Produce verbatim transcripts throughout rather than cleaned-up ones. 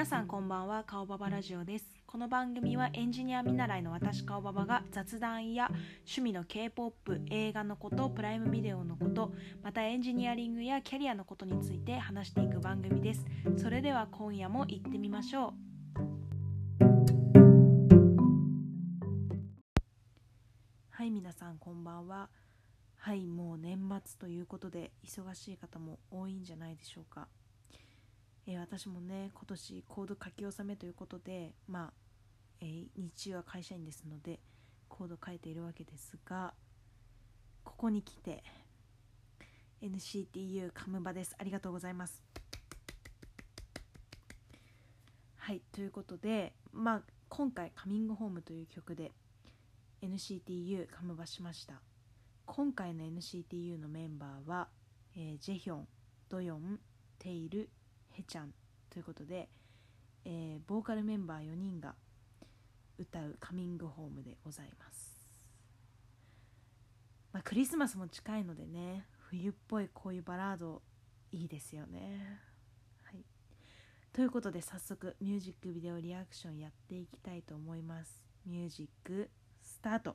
皆さんこんばんは。顔ババラジオです。この番組はエンジニア見習いの私顔ババが雑談や趣味の K-ポップ、映画のこと、プライムビデオのこと、またエンジニアリングやキャリアのことについて話していく番組です。それでは今夜も行ってみましょう。はい、皆さんこんばんは。はい、もう年末ということで忙しい方も多いんじゃないでしょうか。えー、私もね今年コード書き納めということで、まあ、えー、日中は会社員ですのでコード書いているわけですが、ここに来て エヌシーティーユー カムバです。ありがとうございます。はい、ということで、まあ、今回カミングホームという曲で エヌシーティーユー カムバしました。今回の エヌシーティーユー のメンバーは、えー、ジェヒョン、ドヨン、テイル、ヘチャンということで、えー、ボーカルメンバーよにんが歌うカミングホームでございます。まあ、クリスマスも近いのでね、冬っぽいこういうバラードいいですよね。はい、ということで早速ミュージックビデオリアクションやっていきたいと思います。ミュージックスタート。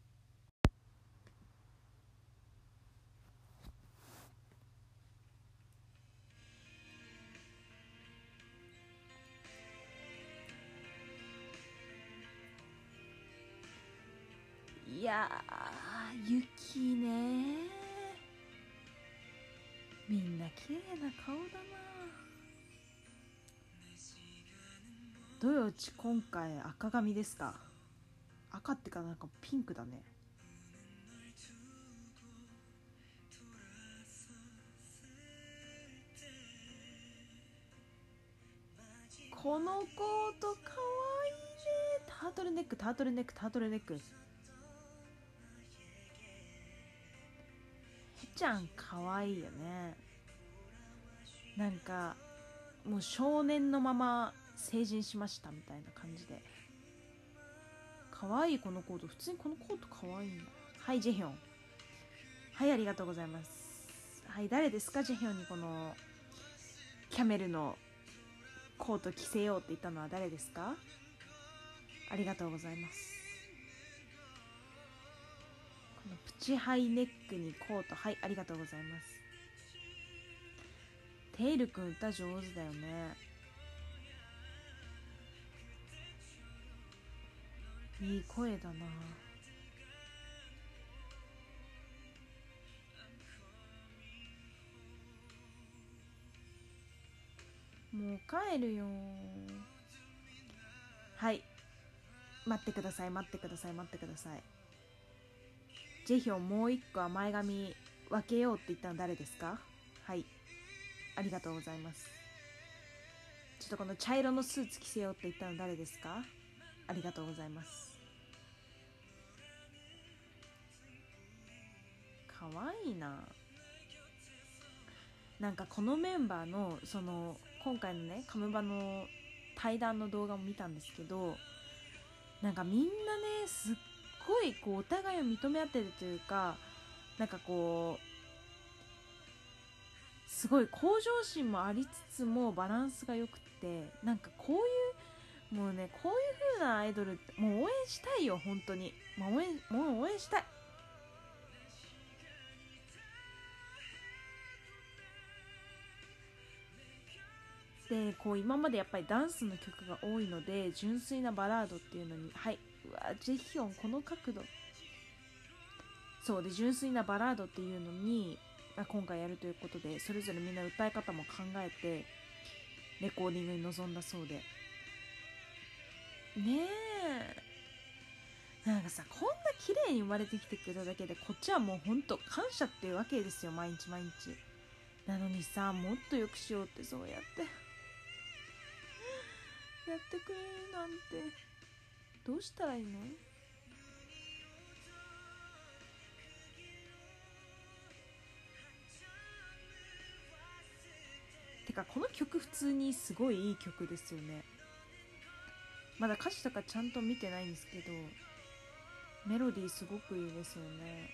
いやー、雪ね、みんな綺麗な顔だな。どよち今回赤髪ですか？赤ってかなんかピンクだね。このコートかわいいね。タートルネックタートルネックタートルネック。へちゃんかわいいよね。なんかもう少年のまま成人しましたみたいな感じでかわいい。このコート普通にこのコートかわいいんだ。はい、ジェヒョン。はい、ありがとうございます。はい、誰ですか？ジェヒョンにこのキャメルのコート着せようって言ったのは誰ですか？ありがとうございます。このプチハイネックにコート、はい、ありがとうございます。テイルくん歌上手だよね。いい声だな。もう帰るよ。はい、待ってください待ってください待ってください。ジェヒョン、もう一個は前髪分けようって言ったの誰ですか？はい、ありがとうございます。ちょっとこの茶色のスーツ着せようって言ったの誰ですか？ありがとうございます。かわいいな。なんかこのメンバーのその今回のねカムバの対談の動画も見たんですけど、なんかみんなねすっごいこうお互いを認め合ってるというか、なんかこうすごい向上心もありつつもバランスが良くて、なんかこういうもうねこういう風なアイドルってもう応援したいよ本当に。もう応援もう応援したい。でこう今までやっぱりダンスの曲が多いので純粋なバラードっていうのに、はい、うわジェヒョンこの角度、そうで純粋なバラードっていうのに今回やるということで、それぞれみんな歌い方も考えてレコーディングに臨んだそうでね。えなんかさ、こんな綺麗に生まれてきてくれただけでこっちはもうほんと感謝っていうわけですよ、毎日毎日。なのにさ、もっと良くしようってそうやってやってくれるなんてどうしたらいいの？てかこの曲普通にすごいいい曲ですよね。まだ歌詞とかちゃんと見てないんですけどメロディーすごくいいですよね。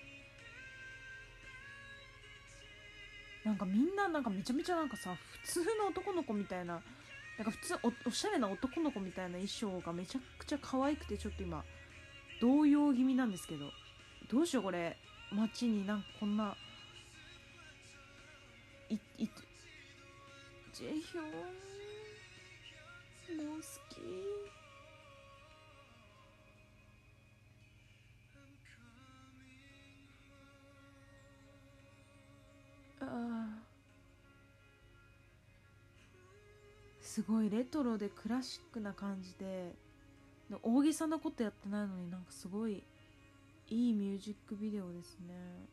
なんかみんななんかめちゃめちゃなんかさ普通の男の子みたいななんか普通 お, おしゃれな男の子みたいな衣装がめちゃくちゃ可愛くて、ちょっと今動揺気味なんですけど、どうしようこれ、街になんかこんないいジェヒョンもう好き。ああ、すごいレトロでクラシックな感じで、大げさなことやってないのになんかすごいいいミュージックビデオですね。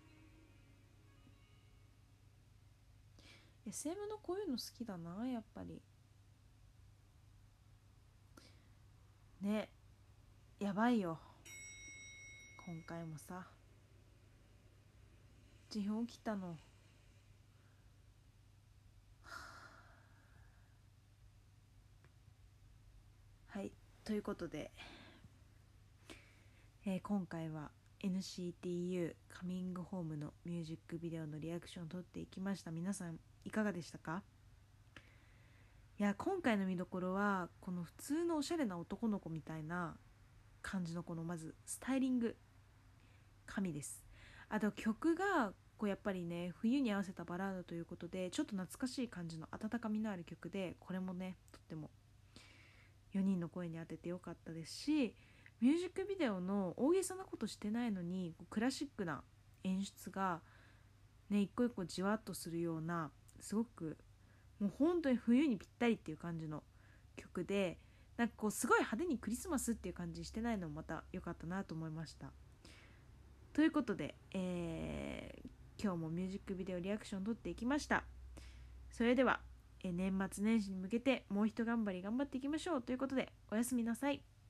エスエム のこういうの好きだな、やっぱりね。やばいよ今回もさ、辞表来たの。はい、ということで、えー今回は エヌシーティーユー カミングホームのミュージックビデオのリアクションを撮っていきました。皆さんいかがでしたか？いや、今回の見どころはこの普通のおしゃれな男の子みたいな感じのこのまずスタイリング神です。あと曲がこうやっぱりね、冬に合わせたバラードということでちょっと懐かしい感じの温かみのある曲で、これもねとってもよにんの声に当ててよかったですし、ミュージックビデオの大げさなことしてないのにクラシックな演出がね、一個一個じわっとするような、すごくもう本当に冬にぴったりっていう感じの曲で、なんかこうすごい派手にクリスマスっていう感じしてないのもまた良かったなと思いました。ということで、えー今日もミュージックビデオリアクション撮っていきました。それでは、えー年末年始に向けてもう一頑張り頑張っていきましょうということで、おやすみなさい。